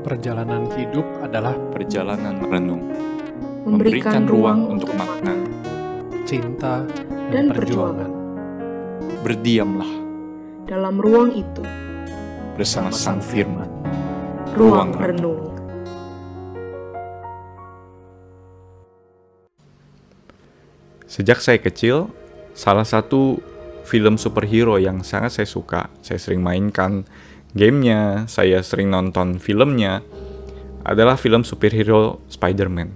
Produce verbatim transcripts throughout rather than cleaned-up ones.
Perjalanan hidup adalah perjalanan merenung, memberikan ruang untuk makna. cinta Dan dan perjuangan. Berdiamlah dalam ruang itu, bersama Sang Firman. ruang renung. Sejak saya kecil, salah satu film superhero yang sangat saya suka, saya sering mainkan gamenya, saya sering nonton filmnya, adalah film superhero Spider-Man.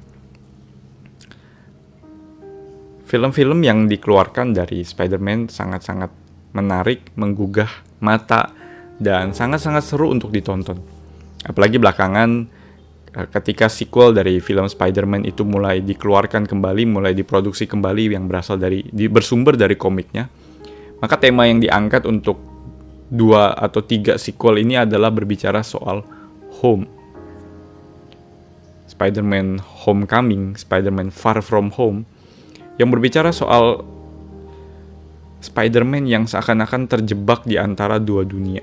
Film-film yang dikeluarkan dari Spider-Man sangat-sangat menarik, menggugah mata, dan sangat-sangat seru untuk ditonton. Apalagi belakangan ketika sequel dari film Spider-Man itu mulai dikeluarkan kembali, mulai diproduksi kembali yang berasal dari di, bersumber dari komiknya, maka tema yang diangkat untuk dua atau tiga sequel ini adalah berbicara soal home. Spider-Man Homecoming, Spider-Man Far From Home, yang berbicara soal Spider-Man yang seakan-akan terjebak di antara dua dunia.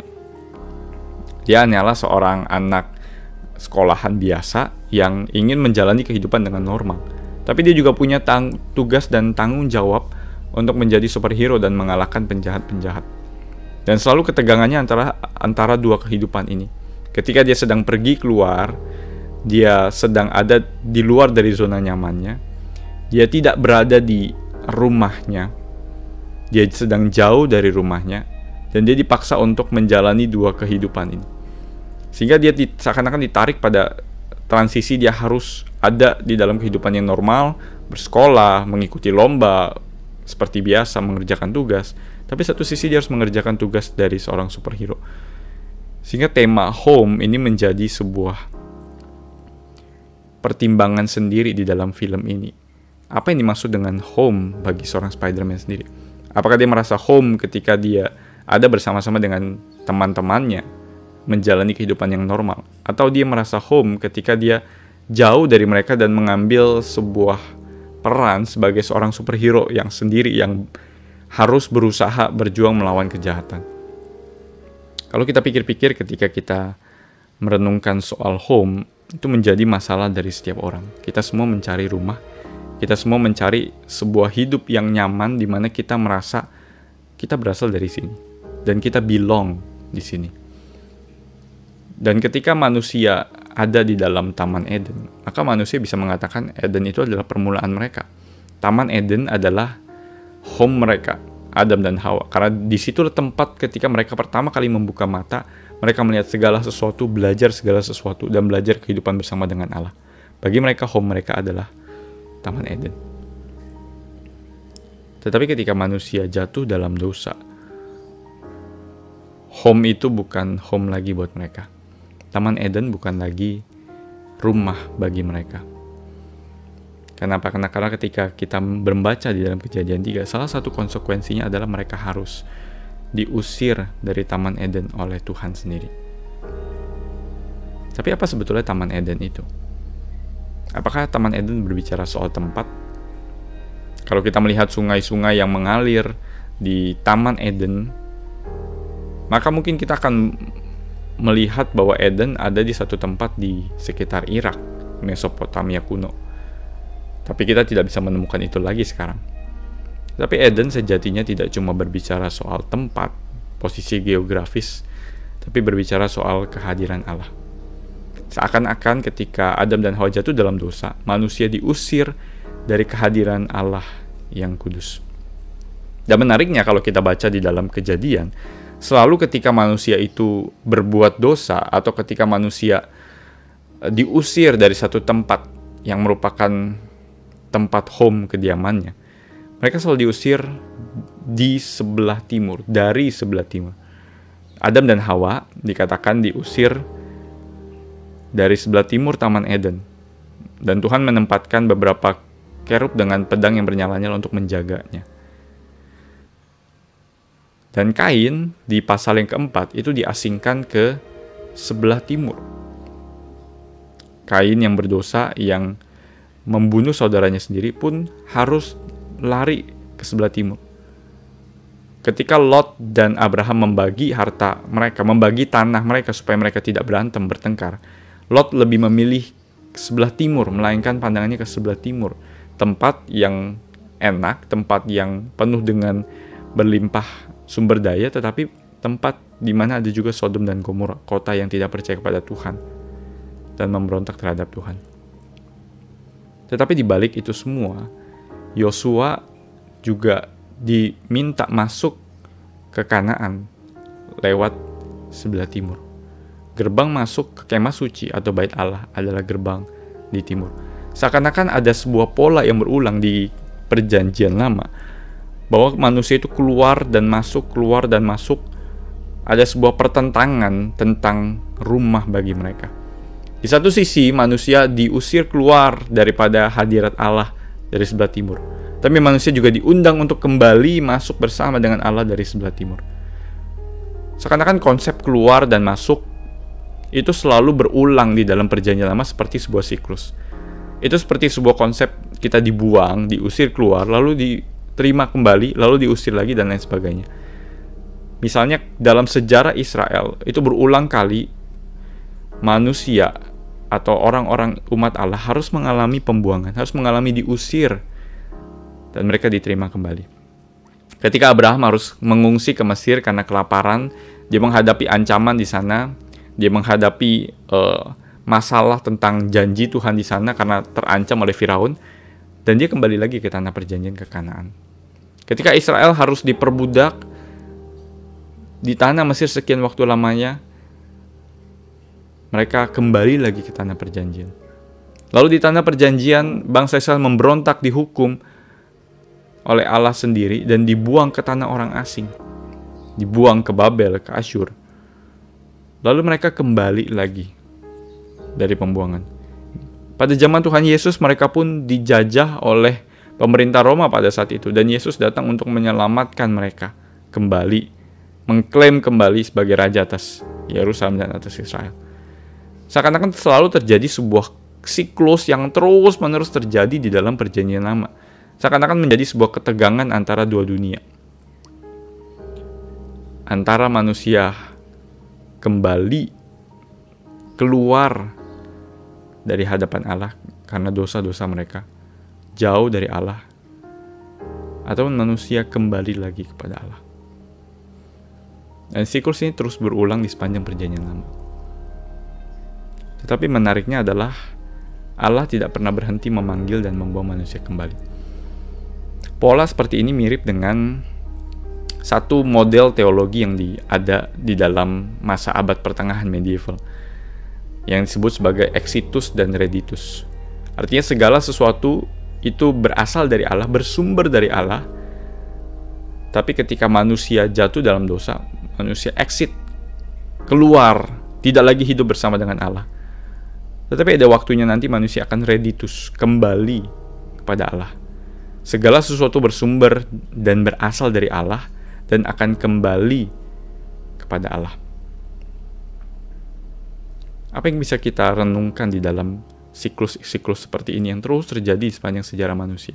Dia hanyalah seorang anak sekolahan biasa yang ingin menjalani kehidupan dengan normal. Tapi dia juga punya tang- tugas dan tanggung jawab untuk menjadi superhero dan mengalahkan penjahat-penjahat. Dan selalu ketegangannya antara antara dua kehidupan ini. Ketika dia sedang pergi keluar, dia sedang ada di luar dari zona nyamannya. Dia tidak berada di rumahnya. Dia sedang jauh dari rumahnya dan dia dipaksa untuk menjalani dua kehidupan ini. Sehingga dia di, seakan-akan ditarik pada transisi dia harus ada di dalam kehidupan yang normal, bersekolah, mengikuti lomba, seperti biasa, mengerjakan tugas. Tapi satu sisi dia harus mengerjakan tugas dari seorang superhero. Sehingga tema home ini menjadi sebuah pertimbangan sendiri di dalam film ini. Apa yang dimaksud dengan home bagi seorang Spider-Man sendiri? Apakah dia merasa home ketika dia ada bersama-sama dengan teman-temannya, menjalani kehidupan yang normal? Atau dia merasa home ketika dia jauh dari mereka dan mengambil sebuah peran sebagai seorang superhero yang sendiri, yang harus berusaha berjuang melawan kejahatan? Kalau kita pikir-pikir ketika kita merenungkan soal home, itu menjadi masalah dari setiap orang. Kita semua mencari rumah, kita semua mencari sebuah hidup yang nyaman di mana kita merasa kita berasal dari sini dan kita belong di sini. Dan ketika manusia ada di dalam Taman Eden, maka manusia bisa mengatakan Eden itu adalah permulaan mereka. Taman Eden adalah home mereka, Adam dan Hawa. Karena di situ tempat ketika mereka pertama kali membuka mata, mereka melihat segala sesuatu, belajar segala sesuatu, dan belajar kehidupan bersama dengan Allah. Bagi mereka, home mereka adalah Taman Eden. Tetapi ketika manusia jatuh dalam dosa, home itu bukan home lagi buat mereka. Taman Eden bukan lagi rumah bagi mereka. Kenapa? Karena ketika kita membaca di dalam Kejadian tiga, salah satu konsekuensinya adalah mereka harus diusir dari Taman Eden oleh Tuhan sendiri. Tapi apa sebetulnya Taman Eden itu? Apakah Taman Eden berbicara soal tempat? Kalau kita melihat sungai-sungai yang mengalir di Taman Eden, maka mungkin kita akan melihat bahwa Eden ada di satu tempat di sekitar Irak, Mesopotamia kuno. Tapi kita tidak bisa menemukan itu lagi sekarang. Tapi Eden sejatinya tidak cuma berbicara soal tempat, posisi geografis, tapi berbicara soal kehadiran Allah. Seakan-akan ketika Adam dan Hawa jatuh dalam dosa, manusia diusir dari kehadiran Allah yang kudus. Dan menariknya kalau kita baca di dalam Kejadian, selalu ketika manusia itu berbuat dosa atau ketika manusia diusir dari satu tempat yang merupakan tempat home kediamannya, mereka selalu diusir di sebelah timur, dari sebelah timur. Adam dan Hawa dikatakan diusir dari sebelah timur Taman Eden. Dan Tuhan menempatkan beberapa kerub dengan pedang yang bernyala-nyala untuk menjaganya. Dan Kain di pasal yang keempat itu diasingkan ke sebelah timur. Kain yang berdosa, yang membunuh saudaranya sendiri pun harus lari ke sebelah timur. Ketika Lot dan Abraham membagi harta mereka, membagi tanah mereka supaya mereka tidak berantem, bertengkar, Lot lebih memilih sebelah timur, melainkan pandangannya ke sebelah timur. Tempat yang enak, tempat yang penuh dengan berlimpah sumber daya, tetapi tempat di mana ada juga Sodom dan Gomora, kota yang tidak percaya kepada Tuhan dan memberontak terhadap Tuhan. Tetapi di balik itu semua, Yosua juga diminta masuk ke Kanaan lewat sebelah timur. Gerbang masuk ke kemah suci atau bait Allah adalah gerbang di timur. Seakan-akan ada sebuah pola yang berulang di perjanjian lama, bahwa manusia itu keluar dan masuk, keluar dan masuk. Ada sebuah pertentangan tentang rumah bagi mereka. Di satu sisi manusia diusir keluar daripada hadirat Allah dari sebelah timur, tapi manusia juga diundang untuk kembali masuk bersama dengan Allah dari sebelah timur. Seakan-akan konsep keluar dan masuk itu selalu berulang di dalam perjanjian lama seperti sebuah siklus. Itu seperti sebuah konsep kita dibuang, diusir keluar, lalu diterima kembali, lalu diusir lagi dan lain sebagainya. Misalnya dalam sejarah Israel itu berulang kali manusia atau orang-orang umat Allah harus mengalami pembuangan, harus mengalami diusir, dan mereka diterima kembali. Ketika Abraham harus mengungsi ke Mesir karena kelaparan, dia menghadapi ancaman di sana, dia menghadapi uh, masalah tentang janji Tuhan di sana karena terancam oleh Firaun, dan dia kembali lagi ke tanah perjanjian, ke Kanaan. Ketika Israel harus diperbudak di tanah Mesir sekian waktu lamanya, mereka kembali lagi ke tanah perjanjian. Lalu di tanah perjanjian, bangsa Israel memberontak, dihukum oleh Allah sendiri dan dibuang ke tanah orang asing, dibuang ke Babel, ke Asyur. Lalu mereka kembali lagi dari pembuangan. Pada zaman Tuhan Yesus, mereka pun dijajah oleh pemerintah Roma pada saat itu, dan Yesus datang untuk menyelamatkan mereka kembali, mengklaim kembali sebagai raja atas Yerusalem dan atas Israel. Seakan-akan selalu terjadi sebuah siklus yang terus-menerus terjadi di dalam perjanjian lama. Seakan-akan menjadi sebuah ketegangan antara dua dunia. Antara manusia kembali keluar dari hadapan Allah karena dosa-dosa mereka, jauh dari Allah, atau manusia kembali lagi kepada Allah. Dan siklus ini terus berulang di sepanjang perjanjian lama. Tetapi menariknya adalah Allah tidak pernah berhenti memanggil dan membawa manusia kembali. Pola seperti ini mirip dengan satu model teologi yang di, ada di dalam masa abad pertengahan medieval yang disebut sebagai exitus dan reditus. Artinya segala sesuatu itu berasal dari Allah, bersumber dari Allah, tapi ketika manusia jatuh dalam dosa, manusia exit, keluar, tidak lagi hidup bersama dengan Allah. Tetapi ada waktunya nanti manusia akan reditus, kembali kepada Allah. Segala sesuatu bersumber dan berasal dari Allah dan akan kembali kepada Allah. Apa yang bisa kita renungkan di dalam siklus-siklus seperti ini yang terus terjadi sepanjang sejarah manusia?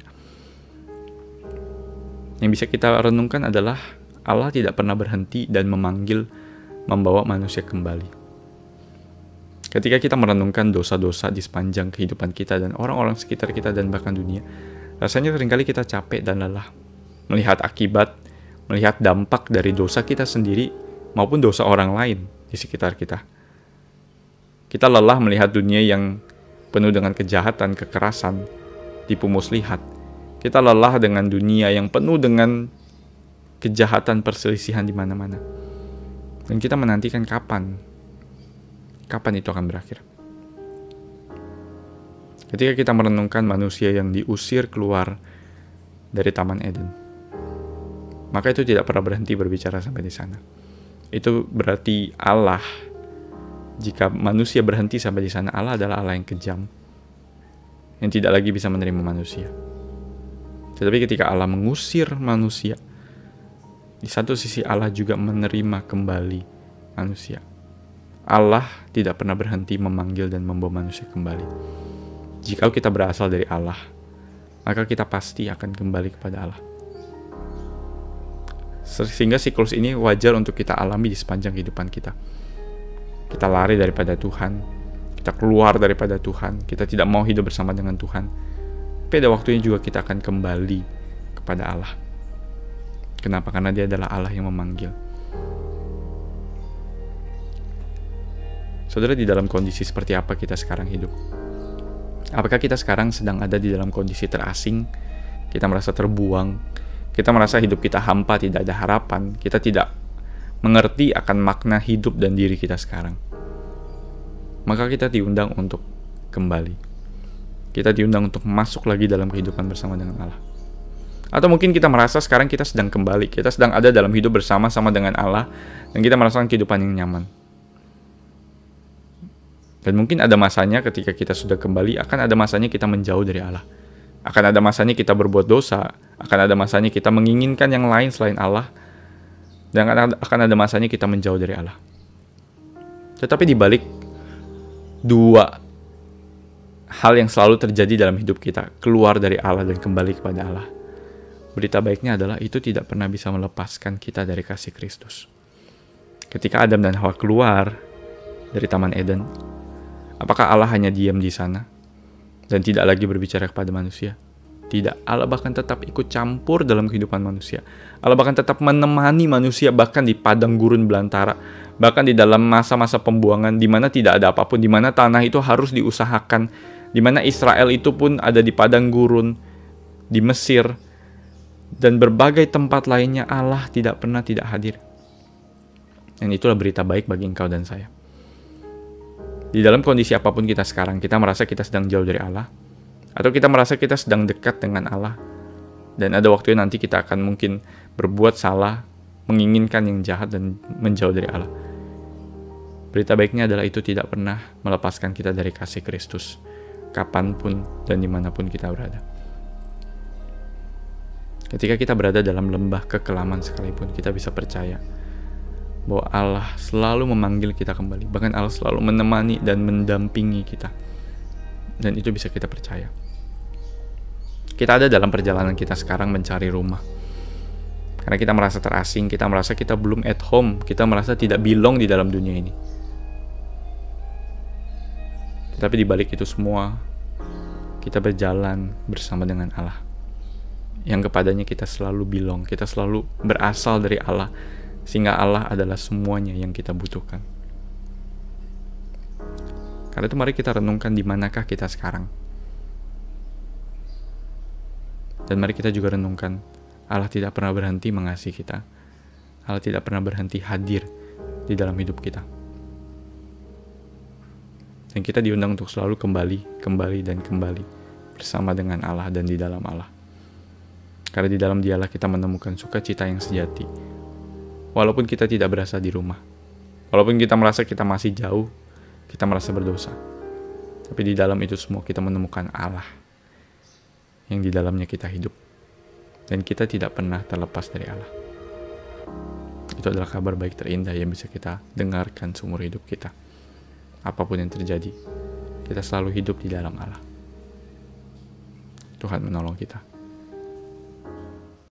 Yang bisa kita renungkan adalah Allah tidak pernah berhenti dan memanggil, membawa manusia kembali. Ketika kita merenungkan dosa-dosa di sepanjang kehidupan kita dan orang-orang sekitar kita dan bahkan dunia, rasanya seringkali kita capek dan lelah melihat akibat, melihat dampak dari dosa kita sendiri maupun dosa orang lain di sekitar kita. Kita lelah melihat dunia yang penuh dengan kejahatan, kekerasan, tipu muslihat. Kita lelah dengan dunia yang penuh dengan kejahatan, perselisihan di mana-mana. Dan kita menantikan kapan, kapan itu akan berakhir. Ketika kita merenungkan manusia yang diusir keluar dari Taman Eden, maka itu tidak pernah berhenti berbicara sampai di sana. Itu berarti Allah, jika manusia berhenti sampai di sana, Allah adalah Allah yang kejam, yang tidak lagi bisa menerima manusia. Tetapi ketika Allah mengusir manusia, di satu sisi Allah juga menerima kembali manusia. Allah tidak pernah berhenti memanggil dan membawa manusia kembali. Jika kita berasal dari Allah, maka kita pasti akan kembali kepada Allah. Sehingga siklus ini wajar untuk kita alami di sepanjang kehidupan kita. Kita lari daripada Tuhan, kita keluar daripada Tuhan, kita tidak mau hidup bersama dengan Tuhan. Tapi ada waktunya juga kita akan kembali kepada Allah. Kenapa? Karena Dia adalah Allah yang memanggil. Saudara, di dalam kondisi seperti apa kita sekarang hidup? Apakah kita sekarang sedang ada di dalam kondisi terasing? Kita merasa terbuang, kita merasa hidup kita hampa, tidak ada harapan, kita tidak mengerti akan makna hidup dan diri kita sekarang. Maka kita diundang untuk kembali. Kita diundang untuk masuk lagi dalam kehidupan bersama dengan Allah. Atau mungkin kita merasa sekarang kita sedang kembali, kita sedang ada dalam hidup bersama-sama dengan Allah, dan kita merasakan kehidupan yang nyaman. Dan mungkin ada masanya ketika kita sudah kembali, akan ada masanya kita menjauh dari Allah. Akan ada masanya kita berbuat dosa, akan ada masanya kita menginginkan yang lain selain Allah, dan akan ada masanya kita menjauh dari Allah. Tetapi di balik dua hal yang selalu terjadi dalam hidup kita, keluar dari Allah dan kembali kepada Allah, berita baiknya adalah itu tidak pernah bisa melepaskan kita dari kasih Kristus. Ketika Adam dan Hawa keluar dari Taman Eden, apakah Allah hanya diam di sana dan tidak lagi berbicara kepada manusia? Tidak, Allah bahkan tetap ikut campur dalam kehidupan manusia. Allah bahkan tetap menemani manusia bahkan di padang gurun belantara, bahkan di dalam masa-masa pembuangan di mana tidak ada apapun, di mana tanah itu harus diusahakan, di mana Israel itu pun ada di padang gurun, di Mesir, dan berbagai tempat lainnya. Allah tidak pernah tidak hadir. Dan itulah berita baik bagi engkau dan saya. Di dalam kondisi apapun kita sekarang, kita merasa kita sedang jauh dari Allah, atau kita merasa kita sedang dekat dengan Allah, dan ada waktunya nanti kita akan mungkin berbuat salah, menginginkan yang jahat dan menjauh dari Allah. Berita baiknya adalah itu tidak pernah melepaskan kita dari kasih Kristus, kapanpun dan dimanapun kita berada. Ketika kita berada dalam lembah kekelaman sekalipun, kita bisa percaya bahwa Allah selalu memanggil kita kembali. Bahkan Allah selalu menemani dan mendampingi kita. Dan itu bisa kita percaya. Kita ada dalam perjalanan kita sekarang mencari rumah. Karena kita merasa terasing, kita merasa kita belum at home, kita merasa tidak belong di dalam dunia ini. Tetapi di balik itu semua, kita berjalan bersama dengan Allah, yang kepadanya kita selalu belong, kita selalu berasal dari Allah, sehingga Allah adalah semuanya yang kita butuhkan. Karena itu mari kita renungkan di manakah kita sekarang. Dan mari kita juga renungkan, Allah tidak pernah berhenti mengasihi kita. Allah tidak pernah berhenti hadir di dalam hidup kita. Dan kita diundang untuk selalu kembali, kembali dan kembali bersama dengan Allah dan di dalam Allah. Karena di dalam Dialah kita menemukan sukacita yang sejati. Walaupun kita tidak berasa di rumah. Walaupun kita merasa kita masih jauh, kita merasa berdosa. Tapi di dalam itu semua kita menemukan Allah yang di dalamnya kita hidup. Dan kita tidak pernah terlepas dari Allah. Itu adalah kabar baik terindah yang bisa kita dengarkan seumur hidup kita. Apapun yang terjadi, kita selalu hidup di dalam Allah. Tuhan menolong kita.